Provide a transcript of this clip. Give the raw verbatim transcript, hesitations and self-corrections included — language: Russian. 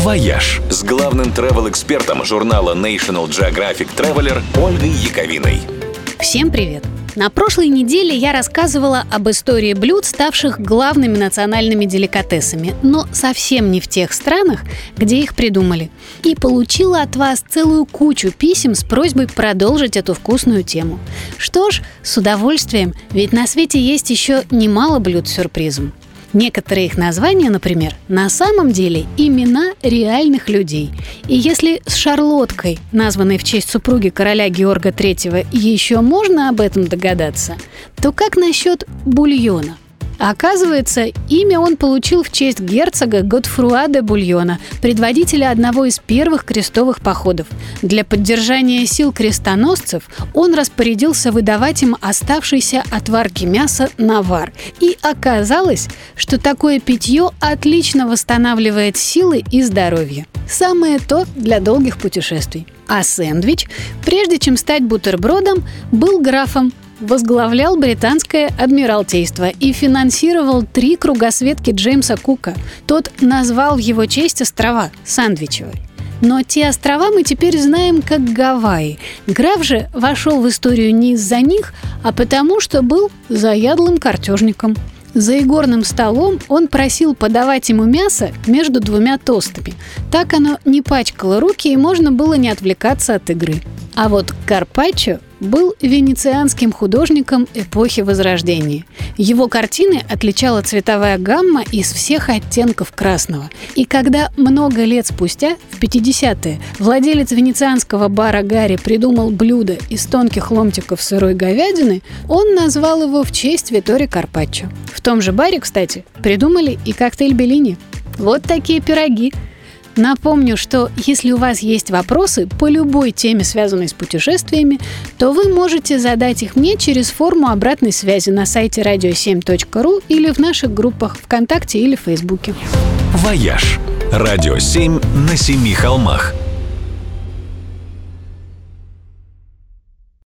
«Вояж» с главным travel-экспертом журнала National Geographic Traveler Ольгой Яковиной. Всем привет! На прошлой неделе я рассказывала об истории блюд, ставших главными национальными деликатесами, но совсем не в тех странах, где их придумали. И получила от вас целую кучу писем с просьбой продолжить эту вкусную тему. Что ж, с удовольствием, ведь на свете есть еще немало блюд с сюрпризом. Некоторые их названия, например, на самом деле имена реальных людей. И если с шарлоткой, названной в честь супруги короля Георга третьего, еще можно об этом догадаться, то как насчет бульона? Оказывается, имя он получил в честь герцога Готфруа де Бульона, предводителя одного из первых крестовых походов. Для поддержания сил крестоносцев он распорядился выдавать им оставшийся от варки мяса навар. И оказалось, что такое питье отлично восстанавливает силы и здоровье. Самое то для долгих путешествий. А сэндвич, прежде чем стать бутербродом, был графом, возглавлял британское адмиралтейство и финансировал три кругосветки Джеймса Кука. Тот назвал в его честь острова Сандвичевой. Но те острова мы теперь знаем как Гавайи. Граф же вошел в историю не из-за них, а потому что был заядлым картежником. За игорным столом он просил подавать ему мясо между двумя тостами. Так оно не пачкало руки и можно было не отвлекаться от игры. А вот Карпаччо был венецианским художником эпохи Возрождения. Его картины отличала цветовая гамма из всех оттенков красного. И когда много лет спустя, в пятидесятые, владелец венецианского бара Гарри придумал блюдо из тонких ломтиков сырой говядины, он назвал его в честь Витторио Карпаччо. В том же баре, кстати, придумали и коктейль Беллини. Вот такие пироги. Напомню, что если у вас есть вопросы по любой теме, связанной с путешествиями, то вы можете задать их мне через форму обратной связи на сайте радио семь точка ру или в наших группах ВКонтакте или Фейсбуке. «Вояж» – Радио семь на семи холмах.